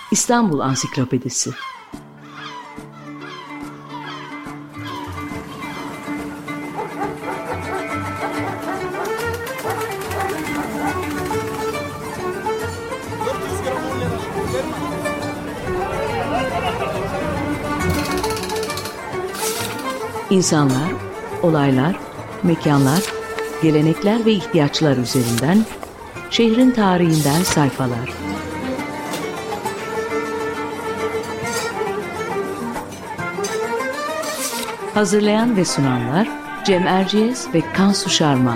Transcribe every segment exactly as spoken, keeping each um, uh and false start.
İstanbul Ansiklopedisi. İnsanlar, olaylar, mekanlar, gelenekler ve ihtiyaçlar üzerinden şehrin tarihinden sayfalar. Hazırlayan ve sunanlar Cem Erciyes ve Kansu Şarman.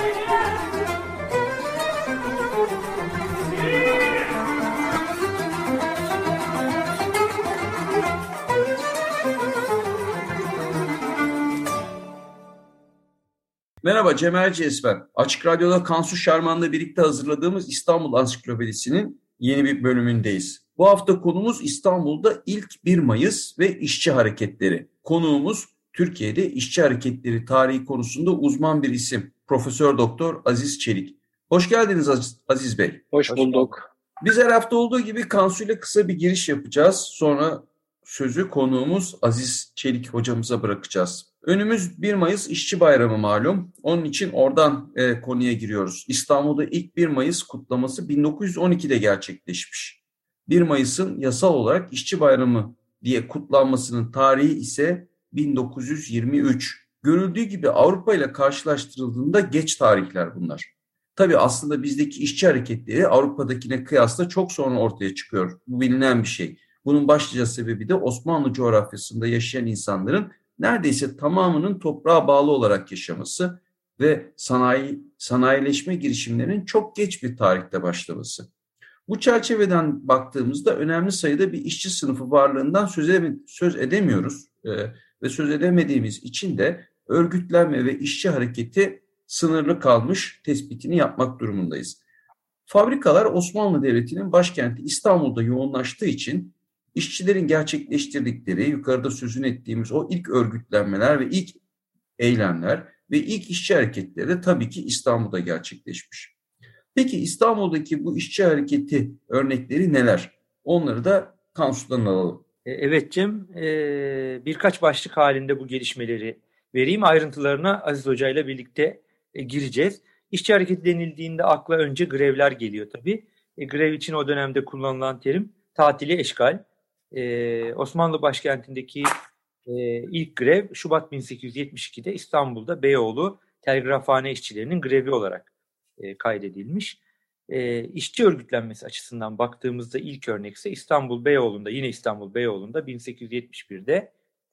Merhaba, Cem Erciyes ben. Açık Radyo'da Kansu Şarman'la birlikte hazırladığımız İstanbul Ansiklopedisi'nin yeni bir bölümündeyiz. Bu hafta konumuz İstanbul'da ilk bir Mayıs ve işçi hareketleri. Konuğumuz Türkiye'de işçi hareketleri tarihi konusunda uzman bir isim. Profesör Doktor Aziz Çelik. Hoş geldiniz Aziz, Aziz Bey. Hoş bulduk. Biz her hafta olduğu gibi Kansu ile kısa bir giriş yapacağız. Sonra sözü konuğumuz Aziz Çelik hocamıza bırakacağız. Önümüz bir Mayıs İşçi Bayramı malum. Onun için oradan e, konuya giriyoruz. İstanbul'da ilk bir Mayıs kutlaması bin dokuz yüz on ikide gerçekleşmiş. bir Mayıs'ın yasal olarak İşçi Bayramı diye kutlanmasının tarihi ise bin dokuz yüz yirmi üç. Görüldüğü gibi Avrupa ile karşılaştırıldığında geç tarihler bunlar. Tabii aslında bizdeki işçi hareketleri Avrupa'dakine kıyasla çok sonra ortaya çıkıyor. Bu bilinen bir şey. Bunun başlıca sebebi de Osmanlı coğrafyasında yaşayan insanların neredeyse tamamının toprağa bağlı olarak yaşaması ve sanayi sanayileşme girişimlerinin çok geç bir tarihte başlaması. Bu çerçeveden baktığımızda önemli sayıda bir işçi sınıfı varlığından söz, ede- söz edemiyoruz ee, ve söz edemediğimiz için de örgütlenme ve işçi hareketi sınırlı kalmış tespitini yapmak durumundayız. Fabrikalar Osmanlı Devleti'nin başkenti İstanbul'da yoğunlaştığı için İşçilerin gerçekleştirdikleri, yukarıda sözünü ettiğimiz o ilk örgütlenmeler ve ilk eylemler ve ilk işçi hareketleri de tabii ki İstanbul'da gerçekleşmiş. Peki İstanbul'daki bu işçi hareketi örnekleri neler? Onları da Kansu'dan alalım. Evet Cem, birkaç başlık halinde bu gelişmeleri vereyim. Ayrıntılarına Aziz Hoca ile birlikte gireceğiz. İşçi hareketi denildiğinde akla önce grevler geliyor tabii. Grev için o dönemde kullanılan terim tatili eşgal. Ee, Osmanlı başkentindeki e, ilk grev Şubat bin sekiz yüz yetmiş ikide İstanbul'da Beyoğlu telgrafhane işçilerinin grevi olarak e, kaydedilmiş. E, işçi örgütlenmesi açısından baktığımızda ilk örnek ise İstanbul Beyoğlu'nda, yine İstanbul Beyoğlu'nda bin sekiz yüz yetmiş birde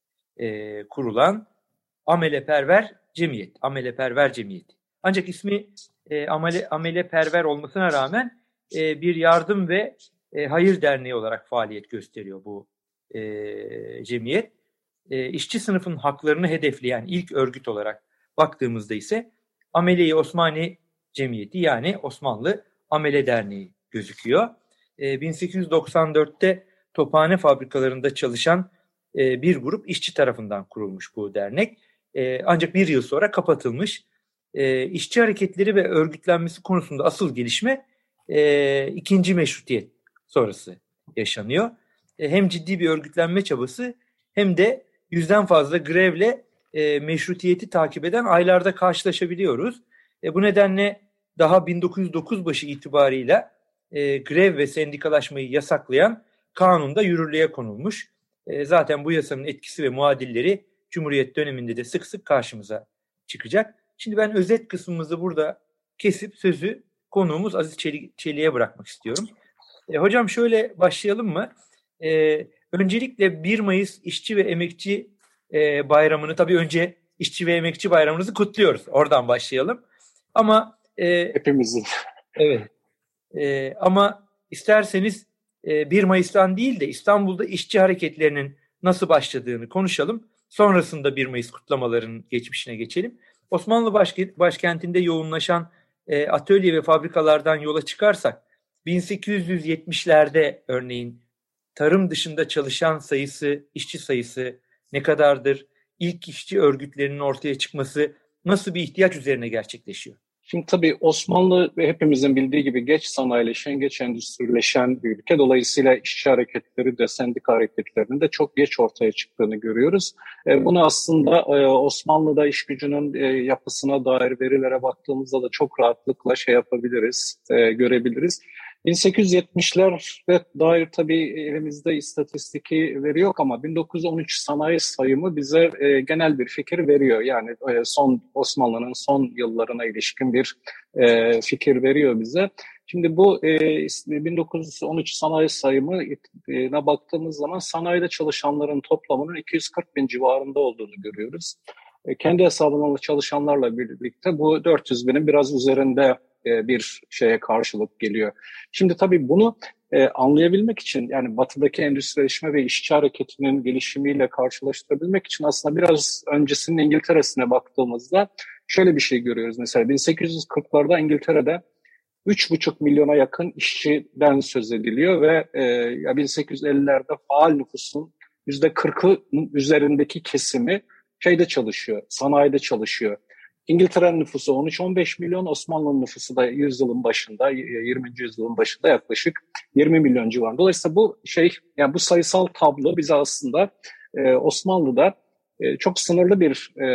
e, kurulan Ameleperver Cemiyet, Ameleperver Cemiyeti. Ancak ismi e, amele, ameleperver olmasına rağmen e, bir yardım ve E, hayır derneği olarak faaliyet gösteriyor bu e, cemiyet. E, işçi sınıfının haklarını hedefleyen ilk örgüt olarak baktığımızda ise Amele-i Osmani Cemiyeti, yani Osmanlı Amele Derneği gözüküyor. E, bin sekiz yüz doksan dörtte tophane fabrikalarında çalışan e, bir grup işçi tarafından kurulmuş bu dernek. E, ancak bir yıl sonra kapatılmış. E, işçi hareketleri ve örgütlenmesi konusunda asıl gelişme e, ikinci meşrutiyet sonrası yaşanıyor. E, hem ciddi bir örgütlenme çabası hem de yüzden fazla grevle e, meşrutiyeti takip eden aylarda karşılaşabiliyoruz. E, bu nedenle daha bin dokuz yüz dokuz başı itibarıyla e, grev ve sendikalaşmayı yasaklayan kanunda yürürlüğe konulmuş. E, zaten bu yasanın etkisi ve muadilleri Cumhuriyet döneminde de sık sık karşımıza çıkacak. Şimdi ben özet kısmımızı burada kesip sözü konuğumuz Aziz Çelik, Çelik'e bırakmak istiyorum. E, hocam şöyle başlayalım mı? E, öncelikle bir Mayıs İşçi ve Emekçi e, Bayramı'nı, tabii önce İşçi ve Emekçi Bayramınızı kutluyoruz. Oradan başlayalım. Ama e, hepimizin. Evet. E, ama isterseniz e, bir Mayıs'tan değil de İstanbul'da işçi hareketlerinin nasıl başladığını konuşalım. Sonrasında bir Mayıs kutlamalarının geçmişine geçelim. Osmanlı başkent, başkentinde yoğunlaşan e, atölye ve fabrikalardan yola çıkarsak, bin sekiz yüz yetmişlerde örneğin tarım dışında çalışan sayısı, işçi sayısı ne kadardır? İlk işçi örgütlerinin ortaya çıkması nasıl bir ihtiyaç üzerine gerçekleşiyor? Şimdi tabii Osmanlı ve hepimizin bildiği gibi geç sanayileşen, geç endüstrileşen bir ülke. Dolayısıyla işçi hareketleri de sendika hareketlerinin de çok geç ortaya çıktığını görüyoruz. E, bunu aslında e, Osmanlı'da iş gücünün e, yapısına dair verilere baktığımızda da çok rahatlıkla şey yapabiliriz, e, görebiliriz. bin sekiz yüz yetmişlere dair tabii elimizde istatistiki veri yok ama bin dokuz yüz on üç sanayi sayımı bize e, genel bir fikir veriyor. Yani e, son Osmanlı'nın son yıllarına ilişkin bir e, fikir veriyor bize. Şimdi bu e, bin dokuz yüz on üç sanayi sayımına baktığımız zaman sanayide çalışanların toplamının iki yüz kırk bin civarında olduğunu görüyoruz. E, kendi hesabına çalışanlarla birlikte bu dört yüz binin biraz üzerinde bir şeye karşılık geliyor. Şimdi tabii bunu e, anlayabilmek için, yani batıdaki endüstrileşme ve işçi hareketinin gelişimiyle karşılaştırabilmek için aslında biraz öncesinin İngiltere'sine baktığımızda şöyle bir şey görüyoruz. Mesela bin sekiz yüz kırklarda İngiltere'de üç buçuk milyona yakın işçiden söz ediliyor ve e, bin sekiz yüz ellilerde faal nüfusun yüzde kırkının üzerindeki kesimi şeyde çalışıyor, sanayide çalışıyor. İngiltere'nin nüfusu on üç on beş milyon, Osmanlı'nın nüfusu da yüzyılın başında, yirminci yüzyılın başında yaklaşık yirmi milyon civarında. Dolayısıyla bu şey, yani bu sayısal tablo bize aslında e, Osmanlı'da e, çok sınırlı bir e,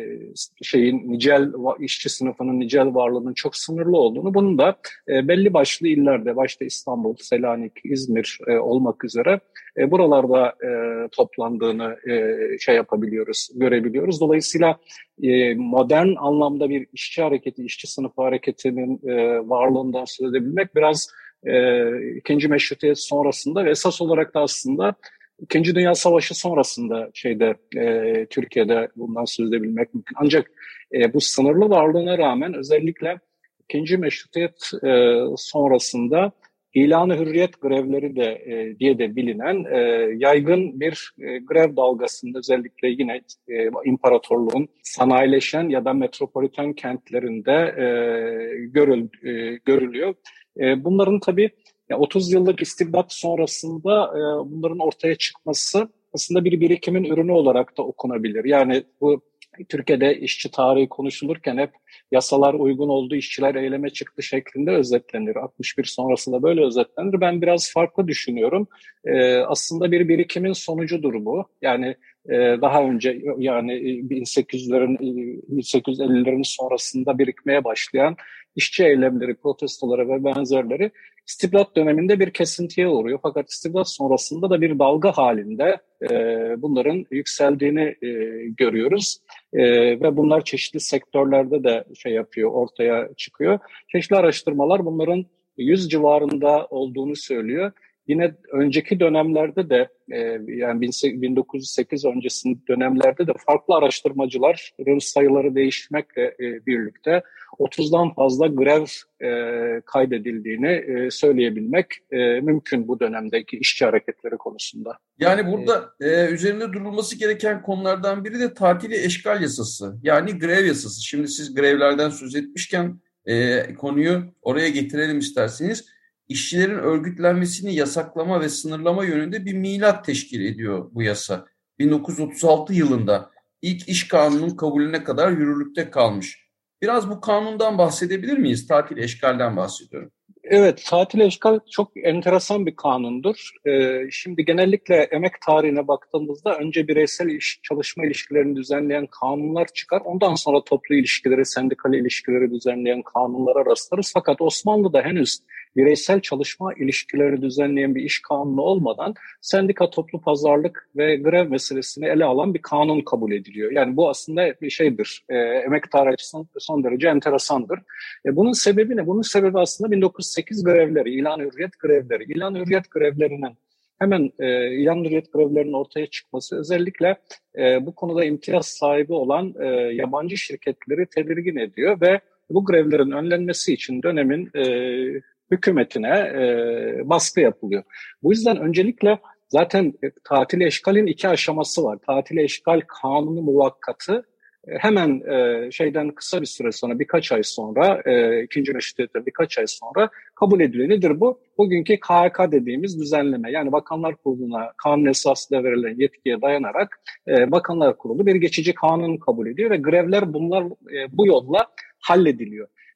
şeyin, nicel işçi sınıfının nicel varlığının çok sınırlı olduğunu, bunun da e, belli başlı illerde, başta İstanbul, Selanik, İzmir e, olmak üzere e, buralarda e, toplandığını e, şey yapabiliyoruz, görebiliyoruz. Dolayısıyla e, modern anlamda bir işçi hareketi, işçi sınıfı hareketinin e, varlığından söz edebilmek biraz e, ikinci Meşrutiyet sonrasında ve esas olarak da aslında İkinci Dünya Savaşı sonrasında şeyde e, Türkiye'de bundan söz edebilmek mümkün. Ancak e, bu sınırlı varlığına rağmen özellikle ikinci Meşrutiyet e, sonrasında İlan-ı Hürriyet grevleri de e, diye de bilinen e, yaygın bir e, grev dalgasının özellikle yine e, imparatorluğun sanayileşen ya da metropoliten kentlerinde e, görül, e, görülüyor. E, bunların tabii ya otuz yıllık istibdat sonrasında e, bunların ortaya çıkması aslında bir birikimin ürünü olarak da okunabilir. Yani bu Türkiye'de işçi tarihi konuşulurken hep yasalar uygun oldu, işçiler eyleme çıktı şeklinde özetlenir. altmış bir sonrası da böyle özetlenir. Ben biraz farklı düşünüyorum. E, aslında bir birikimin sonucudur bu. Yani e, daha önce, yani bin sekiz yüzlerin, bin sekiz yüz ellilerin sonrasında birikmeye başlayan işçi eylemleri, protestoları ve benzerleri İstibdat döneminde bir kesintiye uğruyor. Fakat istibdat sonrasında da bir dalga halinde e, bunların yükseldiğini e, görüyoruz. E, ve bunlar çeşitli sektörlerde de şey yapıyor, ortaya çıkıyor. Çeşitli araştırmalar bunların yüz civarında olduğunu söylüyor. Yine önceki dönemlerde de e, yani bin dokuz yüz sekiz öncesinde dönemlerde de farklı araştırmacıların sayıları değişmekle e, birlikte otuzdan fazla grev e, kaydedildiğini e, söyleyebilmek e, mümkün bu dönemdeki işçi hareketleri konusunda. Yani burada e, üzerinde durulması gereken konulardan biri de tatili eşgal yasası, yani grev yasası. Şimdi siz grevlerden söz etmişken e, konuyu oraya getirelim isterseniz. İşçilerin örgütlenmesini yasaklama ve sınırlama yönünde bir milat teşkil ediyor bu yasa. bin dokuz yüz otuz altı yılında ilk iş kanunun kabulüne kadar yürürlükte kalmış. Biraz bu kanundan bahsedebilir miyiz? Tatil eşkalden bahsediyorum. Evet, tatil eşkal çok enteresan bir kanundur. Ee, şimdi genellikle emek tarihine baktığımızda önce bireysel iş, çalışma ilişkilerini düzenleyen kanunlar çıkar. Ondan sonra toplu ilişkileri, sendikal ilişkileri düzenleyen kanunlara rastlarız. Fakat Osmanlı'da henüz bireysel çalışma ilişkileri düzenleyen bir iş kanunu olmadan sendika, toplu pazarlık ve grev meselesini ele alan bir kanun kabul ediliyor. Yani bu aslında bir şeydir. E, emek tarihi açısından son derece enteresandır. E, bunun sebebi ne? Bunun sebebi aslında bin dokuz yüz sekiz grevleri, İlan-ı Hürriyet grevleri. İlan-ı Hürriyet grevlerinin hemen e, İlan-ı Hürriyet grevlerinin ortaya çıkması özellikle e, bu konuda imtiyaz sahibi olan e, yabancı şirketleri tedirgin ediyor ve bu grevlerin önlenmesi için dönemin e, hükümetine e, baskı yapılıyor. Bu yüzden öncelikle zaten e, tatil eşkalin iki aşaması var. Tatil eşkal kanunu muvakkatı e, hemen e, şeyden kısa bir süre sonra, birkaç ay sonra, e, ikinci Meşrutiyet'te birkaç ay sonra kabul ediliyor. Nedir bu? Bugünkü K H K dediğimiz düzenleme. Yani Bakanlar Kurulu'na kanun esasında verilen yetkiye dayanarak e, Bakanlar Kurulu bir geçici kanun kabul ediyor ve grevler bunlar e, bu yolla hallediliyor.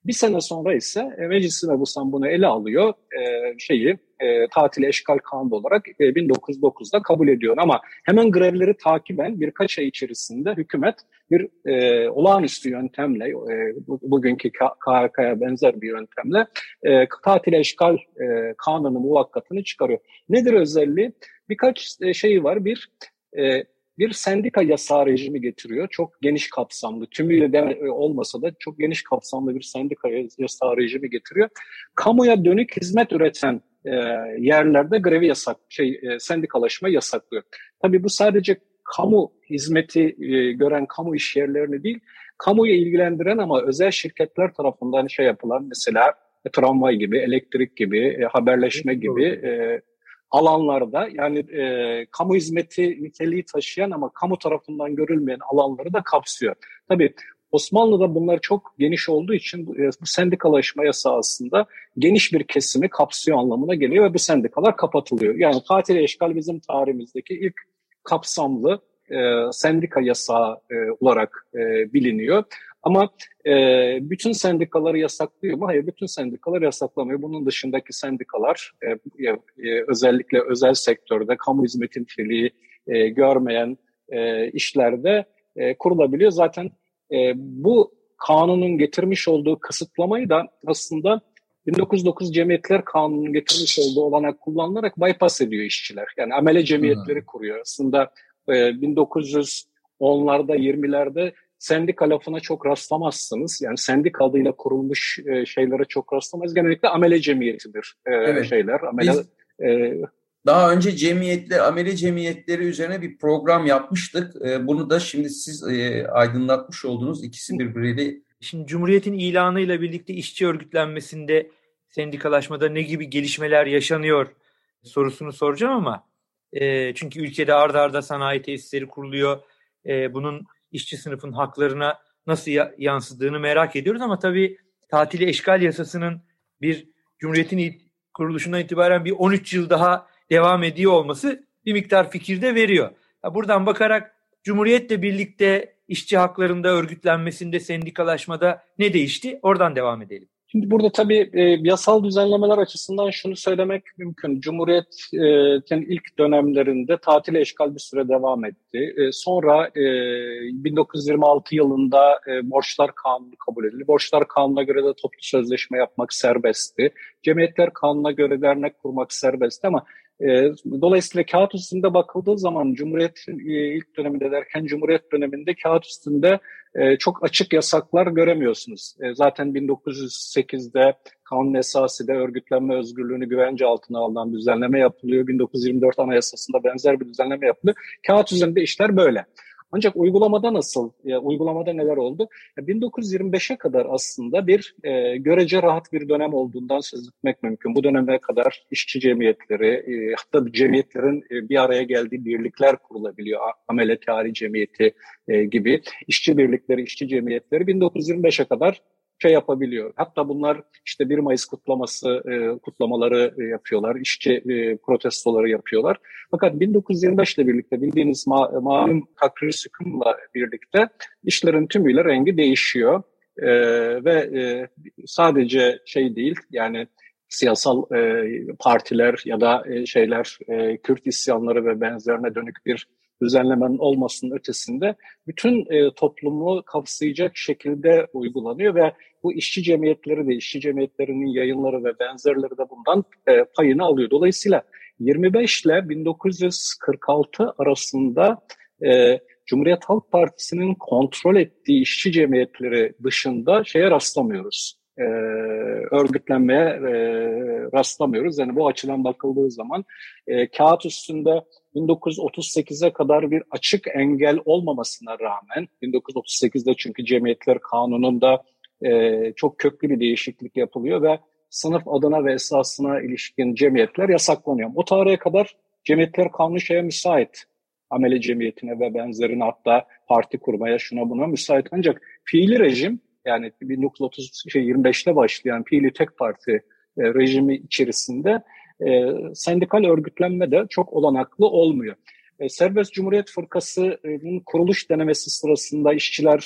Bir sene sonra ise e, Meclis-i Mebusan bunu ele alıyor, e, şeyi e, tatil eşkal kanunu olarak e, bin dokuz yüz dokuzda kabul ediyor. Ama hemen grevleri takiben birkaç ay içerisinde hükümet bir e, olağanüstü yöntemle, e, bu, bugünkü K H K'ya benzer bir yöntemle e, tatil eşkal e, kanunu muvakkatını çıkarıyor. Nedir özelliği? Birkaç e, şey var. Bir e, bir sendika yasağı rejimi getiriyor. Çok geniş kapsamlı, tümüyle de olmasa da çok geniş kapsamlı bir sendika yasağı rejimi getiriyor. Kamuya dönük hizmet üreten e, yerlerde grevi yasak, şey e, sendikalaşma yasaklıyor. Tabii bu sadece kamu hizmeti e, gören kamu iş yerlerini değil, kamuyu ilgilendiren ama özel şirketler tarafından şey yapılan, mesela e, tramvay gibi, elektrik gibi, e, haberleşme gibi e, alanlarda, yani e, kamu hizmeti niteliği taşıyan ama kamu tarafından görülmeyen alanları da kapsıyor. Tabii Osmanlı'da bunlar çok geniş olduğu için bu, bu sendikalaşma yasağı aslında geniş bir kesimi kapsıyor anlamına geliyor ve bu sendikalar kapatılıyor. Yani tatil eşkal bizim tarihimizdeki ilk kapsamlı e, sendika yasağı e, olarak e, biliniyor. Ama e, bütün sendikaları yasaklıyor mu? Hayır, bütün sendikaları yasaklamıyor. Bunun dışındaki sendikalar e, e, özellikle özel sektörde kamu hizmeti niteliği e, görmeyen e, işlerde e, kurulabiliyor. Zaten e, bu kanunun getirmiş olduğu kısıtlamayı da aslında bin dokuz yüz dokuz Cemiyetler Kanunu'nun getirmiş olduğu olanak kullanılarak bypass ediyor işçiler. Yani amele cemiyetleri kuruyor. Aslında e, bin dokuz yüz onlarda, yirmilerde sendika lafına çok rastlamazsınız. Yani sendika adıyla kurulmuş e, şeylere çok rastlamaz. Genellikle amele cemiyetidir e, evet. şeyler. Amele, Biz e, daha önce cemiyetler, amele cemiyetleri üzerine bir program yapmıştık. E, bunu da şimdi siz e, aydınlatmış oldunuz. İkisi birbiriyle. Şimdi Cumhuriyet'in ilanıyla birlikte işçi örgütlenmesinde, sendikalaşmada ne gibi gelişmeler yaşanıyor sorusunu soracağım ama e, çünkü ülkede ard arda sanayi tesisleri kuruluyor. E, bunun işçi sınıfın haklarına nasıl ya- yansıdığını merak ediyoruz ama tabii tatili eşkal yasasının bir Cumhuriyet'in kuruluşundan itibaren bir on üç yıl daha devam ediyor olması bir miktar fikir de veriyor. Buradan bakarak Cumhuriyet'le birlikte işçi haklarında, örgütlenmesinde, sendikalaşmada ne değişti? Oradan devam edelim. Şimdi burada tabii e, yasal düzenlemeler açısından şunu söylemek mümkün. Cumhuriyet'in ilk dönemlerinde tatil eşkal bir süre devam etti. E, sonra e, bin dokuz yüz yirmi altı yılında e, Borçlar Kanunu kabul edildi. Borçlar Kanunu'na göre de toplu sözleşme yapmak serbestti. Cemiyetler Kanunu'na göre dernek kurmak serbestti ama E, dolayısıyla kağıt üstünde bakıldığı zaman Cumhuriyet e, ilk döneminde derken Cumhuriyet döneminde kağıt üstünde e, çok açık yasaklar göremiyorsunuz. E, zaten bin dokuz yüz sekizde kanun esasıyla örgütlenme özgürlüğünü güvence altına alınan düzenleme yapılıyor. bin dokuz yüz yirmi dört Anayasası'nda benzer bir düzenleme yapılıyor. Kağıt üzerinde işler böyle. Ancak uygulamada nasıl? Ya, uygulamada neler oldu? Ya, bin dokuz yüz yirmi beşe kadar aslında bir e, görece rahat bir dönem olduğundan söz etmek mümkün. Bu döneme kadar işçi cemiyetleri, e, hatta cemiyetlerin e, bir araya geldiği birlikler kurulabiliyor. Amele Tari Cemiyeti e, gibi işçi birlikleri, işçi cemiyetleri bin dokuz yüz yirmi beşe kadar şey yapabiliyor. Hatta bunlar işte bir Mayıs kutlaması e, kutlamaları e, yapıyorlar, işçi e, protestoları yapıyorlar. Fakat bin dokuz yüz yirmi beş ile birlikte bildiğiniz ma- malum takrir sıkımla birlikte işlerin tümüyle rengi değişiyor. E, ve e, sadece şey değil, yani siyasal e, partiler ya da e, şeyler, e, Kürt isyanları ve benzerine dönük bir düzenlemenin olmasının ötesinde bütün e, toplumu kapsayacak şekilde uygulanıyor ve bu işçi cemiyetleri de, işçi cemiyetlerinin yayınları ve benzerleri de bundan e, payını alıyor. Dolayısıyla yirmi beş ile bin dokuz yüz kırk altı arasında e, Cumhuriyet Halk Partisi'nin kontrol ettiği işçi cemiyetleri dışında şeye rastlamıyoruz. E, örgütlenmeye e, rastlamıyoruz. Yani bu açıdan bakıldığı zaman e, kağıt üstünde bin dokuz yüz otuz sekize kadar bir açık engel olmamasına rağmen, bin dokuz yüz otuz sekizde çünkü Cemiyetler Kanunu'nda e, çok köklü bir değişiklik yapılıyor ve sınıf adına ve esasına ilişkin cemiyetler yasaklanıyor. O tarihe kadar Cemiyetler Kanunu şeye müsait. Amele cemiyetine ve benzerine, hatta parti kurmaya, şuna buna müsait. Ancak fiili rejim, yani bin dokuz yüz otuz şey, yirmi beşte başlayan fiili tek parti e, rejimi içerisinde e, sendikal örgütlenme de çok olanaklı olmuyor. E, Serbest Cumhuriyet Fırkası'nın kuruluş denemesi sırasında işçiler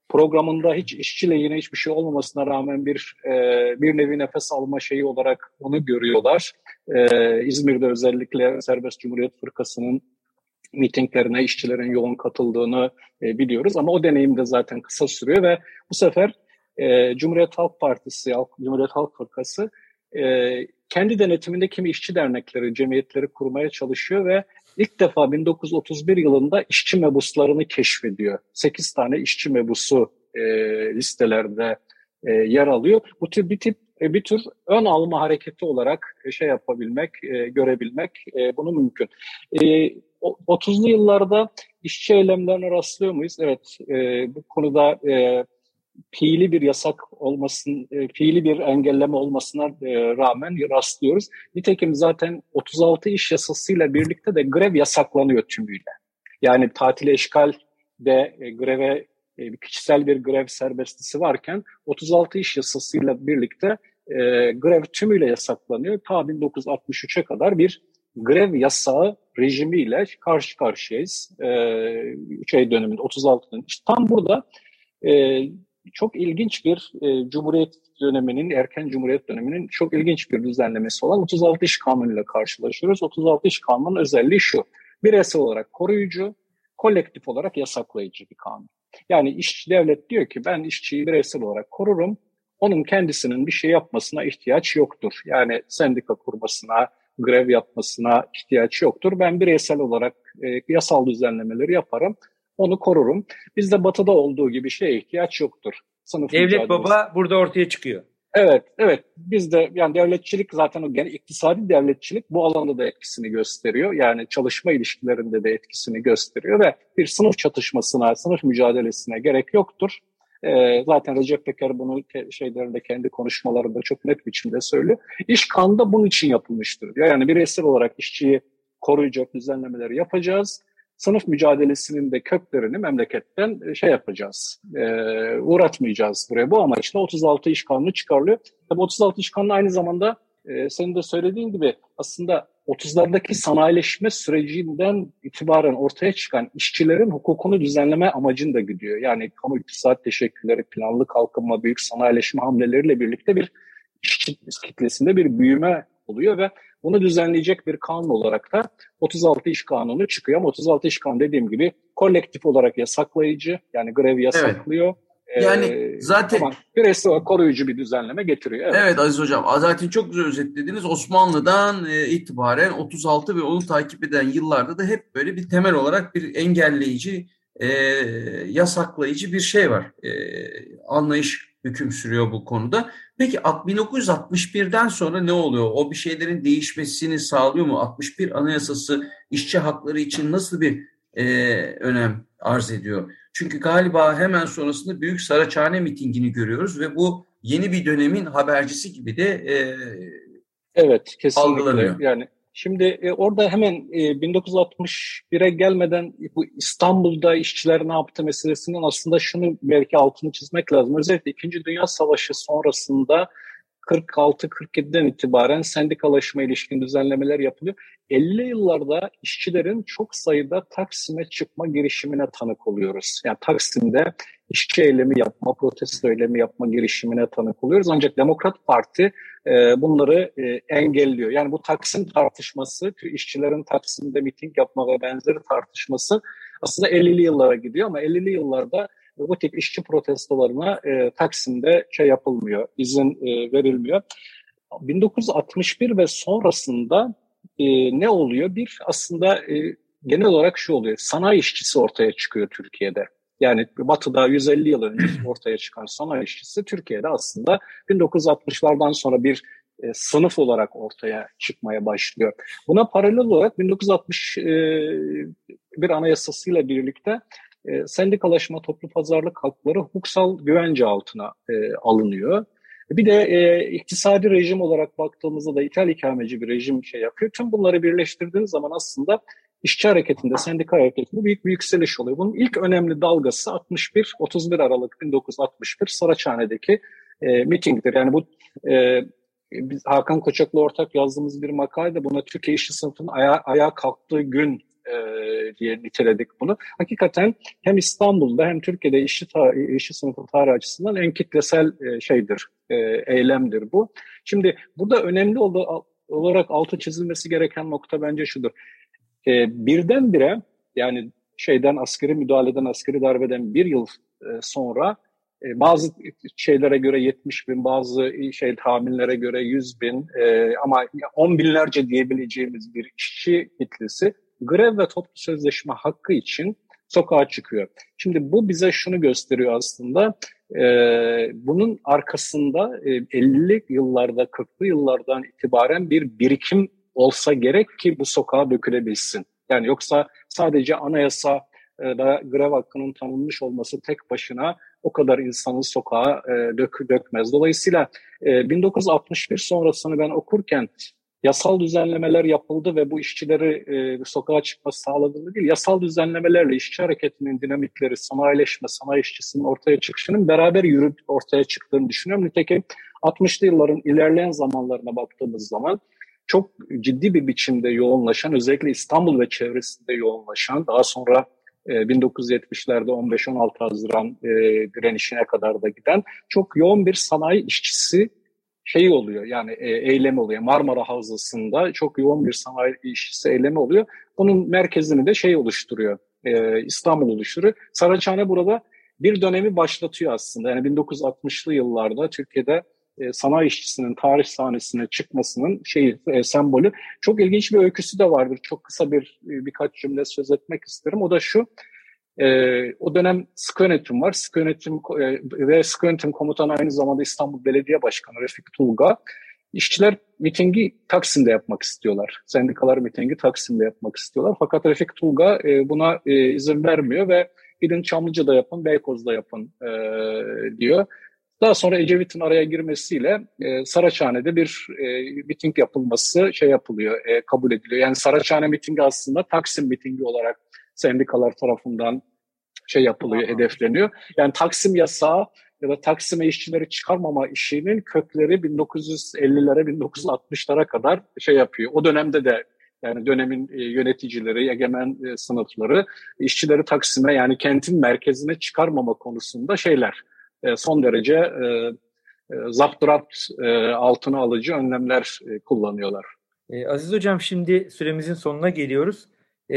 programında hiç işçi lehine hiçbir şey olmamasına rağmen bir e, bir nevi nefes alma şeyi olarak onu görüyorlar. E, İzmir'de özellikle Serbest Cumhuriyet Fırkası'nın mitinglerine işçilerin yoğun katıldığını e, biliyoruz. Ama o deneyim de zaten kısa sürüyor ve bu sefer e, Cumhuriyet Halk Partisi, Cumhuriyet Halk Fırkası e, kendi denetiminde kimi işçi dernekleri, cemiyetleri kurmaya çalışıyor ve ilk defa bin dokuz yüz otuz bir yılında işçi mebuslarını keşfediyor. sekiz tane işçi mebusu e, listelerde e, yer alıyor. Bu tür bir tip bir tür ön alma hareketi olarak şey yapabilmek, e, görebilmek e, bunu mümkün. E, otuzlu yıllarda işçi eylemlerine rastlıyor muyuz? Evet, e, bu konuda e, fiili bir yasak olmasın, e, fiili bir engelleme olmasına e, rağmen rastlıyoruz. Nitekim zaten otuz altı iş yasasıyla birlikte de grev yasaklanıyor tümüyle. Yani tatil eşkalde e, greve e, kişisel bir grev serbestisi varken otuz altı iş yasasıyla birlikte e, grev tümüyle yasaklanıyor. Ta bin dokuz yüz altmış üçe kadar bir grev yasağı rejimiyle karşı karşıyayız. E, şey döneminde otuz altı'nın. İşte tam burada e, çok ilginç bir e, Cumhuriyet döneminin, erken Cumhuriyet döneminin çok ilginç bir düzenlemesi olan otuz altı İş Kanunu ile karşılaşıyoruz. otuz altı İş Kanunu'nun özelliği şu: bireysel olarak koruyucu, kolektif olarak yasaklayıcı bir kanun. Yani işçi devlet diyor ki ben işçiyi bireysel olarak korurum, onun kendisinin bir şey yapmasına ihtiyaç yoktur. Yani sendika kurmasına, grev yapmasına ihtiyaç yoktur. Ben bireysel olarak e, yasal düzenlemeleri yaparım, onu korurum. Bizde Batı'da olduğu gibi şeye ihtiyaç yoktur. Sınıf Devlet mücadelesi. baba burada ortaya çıkıyor. Evet, evet. Bizde yani devletçilik zaten o gene iktisadi devletçilik bu alanda da etkisini gösteriyor. Yani çalışma ilişkilerinde de etkisini gösteriyor ve bir sınıf çatışmasına, sınıf mücadelesine gerek yoktur. Ee, zaten Recep Peker bunu te- şeylerinde kendi konuşmalarında çok net biçimde söylüyor. İş kanunu da bunun için yapılmıştır diyor. Yani bireysel olarak işçiyi koruyacak düzenlemeleri yapacağız. Sınıf mücadelesinin de köklerini memleketten şey yapacağız, e, uğratmayacağız buraya. Bu amaçla otuz altı İş Kanunu çıkarılıyor. Tabii otuz altı İş Kanunu aynı zamanda e, senin de söylediğin gibi aslında otuzlardaki sanayileşme sürecinden itibaren ortaya çıkan işçilerin hukukunu düzenleme amacını da güdüyor. Yani kamu iktisat teşekkülleri, planlı kalkınma, büyük sanayileşme hamleleriyle birlikte bir işçi kitlesinde bir büyüme oluyor ve bunu düzenleyecek bir kanun olarak da otuz altı İş Kanunu çıkıyor. Ama otuz altı İş Kanunu dediğim gibi kolektif olarak yasaklayıcı, yani grevi yasaklıyor. Evet. Yani ee, zaten ama bireysel olarak koruyucu bir düzenleme getiriyor. Evet, evet Aziz Hocam, zaten çok güzel özetlediniz. Osmanlı'dan e, itibaren otuz altı ve onu takip eden yıllarda da hep böyle bir temel olarak bir engelleyici, e, yasaklayıcı bir şey var. E, anlayış hüküm sürüyor bu konuda. Peki bin dokuz yüz altmış birden sonra ne oluyor? O bir şeylerin değişmesini sağlıyor mu? altmış bir Anayasası işçi hakları için nasıl bir e, önem arz ediyor? Çünkü galiba hemen sonrasında Büyük Saraçhane mitingini görüyoruz ve bu yeni bir dönemin habercisi gibi de e, evet, kesinlikle algılanıyor. Yani şimdi e, orada hemen e, bin dokuz yüz altmış bire gelmeden bu İstanbul'da işçiler ne yaptı meselesinden aslında şunu belki altını çizmek lazım. Özellikle İkinci Dünya Savaşı sonrasında kırk altı kırk yediden itibaren sendikalaşma ilişkin düzenlemeler yapılıyor. elli yıllarda işçilerin çok sayıda Taksim'e çıkma girişimine tanık oluyoruz. Yani Taksim'de işçi eylemi yapma, protesto eylemi yapma girişimine tanık oluyoruz. Ancak Demokrat Parti e, bunları e, engelliyor. Yani bu Taksim tartışması, işçilerin Taksim'de miting yapma ve benzeri tartışması aslında ellili yıllara gidiyor ama ellili yıllarda bu tip işçi protestolarına e, Taksim'de şey yapılmıyor, izin e, verilmiyor. bin dokuz yüz altmış bir ve sonrasında e, ne oluyor? Bir aslında e, genel olarak şu oluyor, sanayi işçisi ortaya çıkıyor Türkiye'de. Yani Batı'da yüz elli yıl önce ortaya çıkan sanayi işçisi Türkiye'de aslında bin dokuz yüz altmışlardan sonra bir e, sınıf olarak ortaya çıkmaya başlıyor. Buna paralel olarak bin dokuz yüz altmış bir Anayasası'yla birlikte E, sendikalaşma, toplu pazarlık hakları hukuksal güvence altına e, alınıyor. Bir de e, iktisadi rejim olarak baktığımızda da ithal ikameci bir rejim şey yapıyor. Tüm bunları birleştirdiğiniz zaman aslında işçi hareketinde, sendika hareketinde büyük bir yükseliş oluyor. Bunun ilk önemli dalgası altmış bir otuz bir Aralık bin dokuz yüz altmış bir Saraçhane'deki e, mitingdir. Yani bu e, biz Hakan Koçak'la ortak yazdığımız bir makalede buna Türkiye işçi sınıfının aya, ayağa kalktığı gün e, diye niteledik bunu. Hakikaten hem İstanbul'da hem Türkiye'de işçi, tarih, işçi sınıfı tarihi açısından en kitlesel e, şeydir, e, eylemdir bu. Şimdi burada önemli oldu, olarak altı çizilmesi gereken nokta bence şudur. E, birdenbire yani şeyden askeri müdahaleden, askeri darbeden bir yıl e, sonra e, bazı şeylere göre yetmiş bin, bazı şey tahminlere göre yüz bin e, ama on binlerce diyebileceğimiz bir işçi kitlesi grev ve toplu sözleşme hakkı için sokağa çıkıyor. Şimdi bu bize şunu gösteriyor aslında. E, bunun arkasında e, ellili yıllarda, kırklı yıllardan itibaren bir birikim olsa gerek ki bu sokağa dökülebilsin. Yani yoksa sadece anayasa da grev hakkının tanınmış olması tek başına o kadar insanı sokağa e, dök, dökmez. Dolayısıyla e, bin dokuz yüz altmış bir sonrasını ben okurken yasal düzenlemeler yapıldı ve bu işçileri e, sokağa çıkması sağladığını değil, yasal düzenlemelerle işçi hareketinin dinamikleri, sanayileşme, sanayi işçisinin ortaya çıkışının beraber yürüp ortaya çıktığını düşünüyorum. Nitekim altmışlı yılların ilerleyen zamanlarına baktığımız zaman çok ciddi bir biçimde yoğunlaşan, özellikle İstanbul ve çevresinde yoğunlaşan, daha sonra e, bin dokuz yüz yetmişlerde on beş on altı Haziran e, direnişine kadar da giden çok yoğun bir sanayi işçisi şeyi oluyor. Yani e, eylemi oluyor. Marmara Havzası'nda çok yoğun bir sanayi işçisi eylemi oluyor. Bunun merkezini de şey oluşturuyor. E, İstanbul oluşturuyor. Saraçhane burada bir dönemi başlatıyor aslında. Yani bin dokuz yüz altmışlı yıllarda Türkiye'de e, sanayi işçisinin tarih sahnesine çıkmasının şeyi, e, sembolü. Çok ilginç bir öyküsü de vardır. Çok kısa bir e, birkaç cümle söz etmek isterim. O da şu. E, o dönem sıkı yönetim var. Sıkı yönetim e, ve sıkı yönetim komutanı aynı zamanda İstanbul Belediye Başkanı Refik Tulga. İşçiler mitingi Taksim'de yapmak istiyorlar. Sendikalar mitingi Taksim'de yapmak istiyorlar. Fakat Refik Tulga e, buna e, izin vermiyor ve gidin Çamlıca'da yapın, Beykoz'da yapın e, diyor. Daha sonra Ecevit'in araya girmesiyle e, Saraçhane'de bir e, miting yapılması şey yapılıyor, e, kabul ediliyor. Yani Saraçhane mitingi aslında Taksim mitingi olarak sendikalar tarafından şey yapılıyor, Aha. hedefleniyor. Yani Taksim yasağı ya da Taksim'e işçileri çıkarmama işinin kökleri bin dokuz yüz ellilere, bin dokuz yüz altmışlara kadar şey yapıyor. O dönemde de yani dönemin e, yöneticileri, egemen e, sınıfları işçileri Taksim'e yani kentin merkezine çıkarmama konusunda şeyler e, son derece e, e, zapturapt e, altına alıcı önlemler e, kullanıyorlar. E, Aziz Hocam, şimdi süremizin sonuna geliyoruz.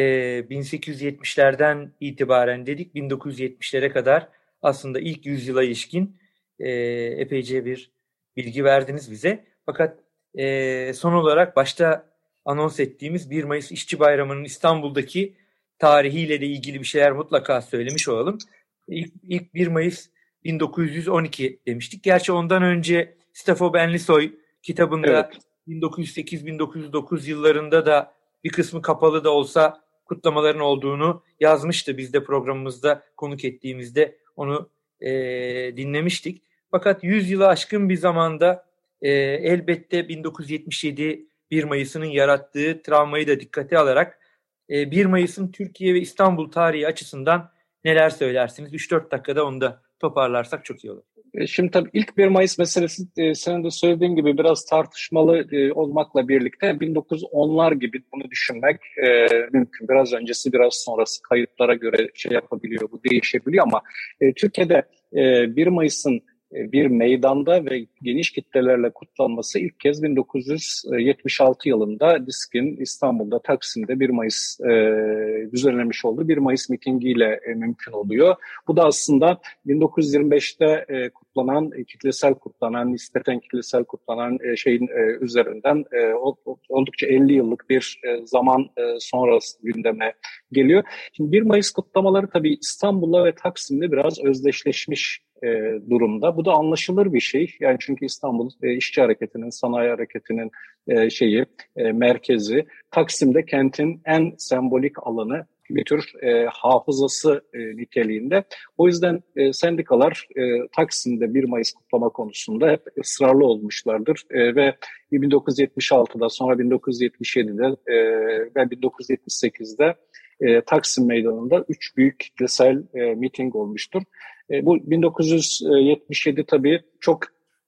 E, bin sekiz yüz yetmişlerden itibaren dedik, bin dokuz yüz yetmişlere kadar aslında ilk yüzyıla ilişkin e, epeyce bir bilgi verdiniz bize. Fakat e, son olarak başta anons ettiğimiz bir Mayıs İşçi Bayramı'nın İstanbul'daki tarihiyle de ilgili bir şeyler mutlaka söylemiş olalım. İlk, ilk bir Mayıs bin dokuz yüz on iki demiştik. Gerçi ondan önce Stefo Benlisoy kitabında evet. bin dokuz yüz sekiz bin dokuz yüz dokuz yıllarında da bir kısmı kapalı da olsa kutlamaların olduğunu yazmıştı. Biz de programımızda konuk ettiğimizde onu e, dinlemiştik. Fakat yüz yılı aşkın bir zamanda e, elbette bin dokuz yüz yetmiş yedi bir Mayıs'ının yarattığı travmayı da dikkate alarak e, bir Mayıs'ın Türkiye ve İstanbul tarihi açısından neler söylersiniz? üç dört dakikada onu da toparlarsak çok iyi olur. Şimdi tabii ilk bir Mayıs meselesi e, senin de söylediğin gibi biraz tartışmalı e, olmakla birlikte bin dokuz yüz onlar gibi bunu düşünmek e, mümkün. Biraz öncesi biraz sonrası kayıtlara göre şey yapabiliyor, bu değişebiliyor ama e, Türkiye'de e, bir Mayıs'ın bir meydanda ve geniş kitlelerle kutlanması ilk kez bin dokuz yüz yetmiş altı yılında DİSK'in İstanbul'da Taksim'de bir Mayıs e, düzenlemiş olduğu bir Mayıs mitingiyle e, mümkün oluyor. Bu da aslında bin dokuz yüz yirmi beşte e, kutlanan, e, kitlesel kutlanan, nispeten kitlesel kutlanan e, şeyin e, üzerinden e, oldukça elli yıllık bir e, zaman e, sonrası gündeme geliyor. Şimdi bir Mayıs kutlamaları tabii İstanbul'la ve Taksim'le biraz özdeşleşmiş e, durumda. Bu da anlaşılır bir şey. Yani çünkü İstanbul e, işçi hareketinin, sanayi hareketinin e, şeyi, e, merkezi. Taksim'de kentin en sembolik alanı, bir tür e, hafızası e, niteliğinde. O yüzden e, sendikalar e, Taksim'de bir Mayıs kutlama konusunda hep ısrarlı olmuşlardır. E, ve bin dokuz yüz yetmiş altıda, sonra bin dokuz yüz yetmiş yedide e, ve bin dokuz yüz yetmiş sekizde e, Taksim Meydanı'nda üç büyük kitlesel e, miting olmuştur. E, bu bin dokuz yüz yetmiş yedi tabii çok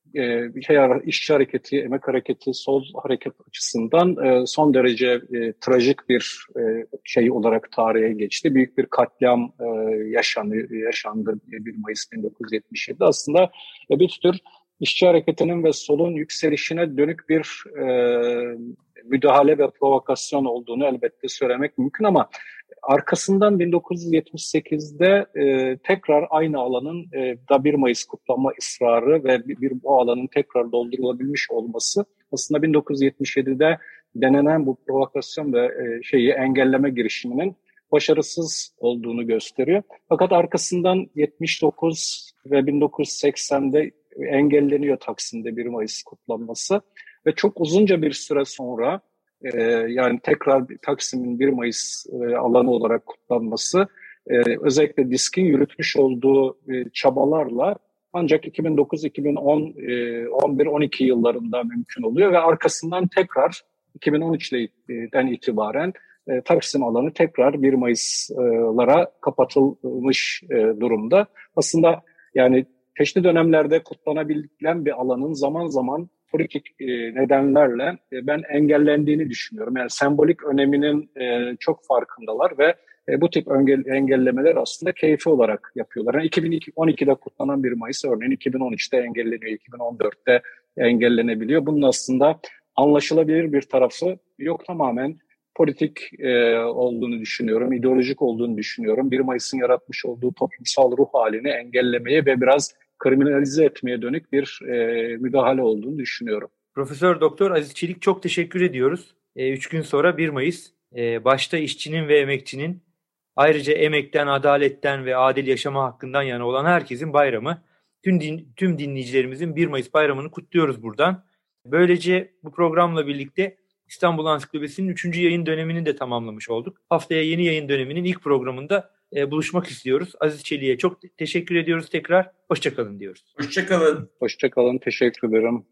e, şey, işçi hareketi, emek hareketi, sol hareket açısından e, son derece e, trajik bir e, şey olarak tarihe geçti. Büyük bir katliam e, yaşandı, yaşandı bir Mayıs bin dokuz yüz yetmiş yedi. Aslında e, bir tür işçi hareketinin ve solun yükselişine dönük bir e, müdahale ve provokasyon olduğunu elbette söylemek mümkün ama arkasından bin dokuz yüz yetmiş sekizde e, tekrar aynı alanın e, da bir Mayıs kutlama ısrarı ve bir, bir bu alanın tekrar doldurulabilmiş olması aslında bin dokuz yüz yetmiş yedide denenen bu provokasyon ve e, şeyi engelleme girişiminin başarısız olduğunu gösteriyor. Fakat arkasından yetmiş dokuz ve bin dokuz yüz seksende engelleniyor Taksim'de bir Mayıs kutlanması ve çok uzunca bir süre sonra Ee, yani tekrar Taksim'in bir Mayıs e, alanı olarak kutlanması e, özellikle DİSK'in yürütmüş olduğu e, çabalarla ancak iki bin dokuz iki bin on, e, on bir on iki yıllarında mümkün oluyor ve arkasından tekrar iki bin on üçten itibaren e, Taksim alanı tekrar bir Mayıs'lara kapatılmış e, durumda. Aslında yani çeşitli dönemlerde kutlanabilen bir alanın zaman zaman politik e, nedenlerle e, ben engellendiğini düşünüyorum. Yani sembolik öneminin e, çok farkındalar ve e, bu tip engel, engellemeler aslında keyfi olarak yapıyorlar. Yani iki bin on ikide kutlanan bir Mayıs örneğin iki bin on üçte engelleniyor, iki bin on dörtte engellenebiliyor. Bunun aslında anlaşılabilir bir tarafı yok, tamamen politik e, olduğunu düşünüyorum, ideolojik olduğunu düşünüyorum. bir Mayıs'ın yaratmış olduğu toplumsal ruh halini engellemeye ve biraz kriminalize etmeye dönük bir e, müdahale olduğunu düşünüyorum. Profesör Doktor Aziz Çelik, çok teşekkür ediyoruz. E, üç gün sonra bir Mayıs, e, başta işçinin ve emekçinin, ayrıca emekten, adaletten ve adil yaşama hakkından yana olan herkesin bayramı. Tüm, din, tüm dinleyicilerimizin bir Mayıs bayramını kutluyoruz buradan. Böylece bu programla birlikte İstanbul Ansiklopedisi'nin üçüncü yayın dönemini de tamamlamış olduk. Haftaya yeni yayın döneminin ilk programında e, buluşmak istiyoruz. Aziz Çelik'e çok teşekkür ediyoruz tekrar. Hoşça kalın diyoruz. Hoşça kalın. Hoşça kalın. Teşekkür ederim.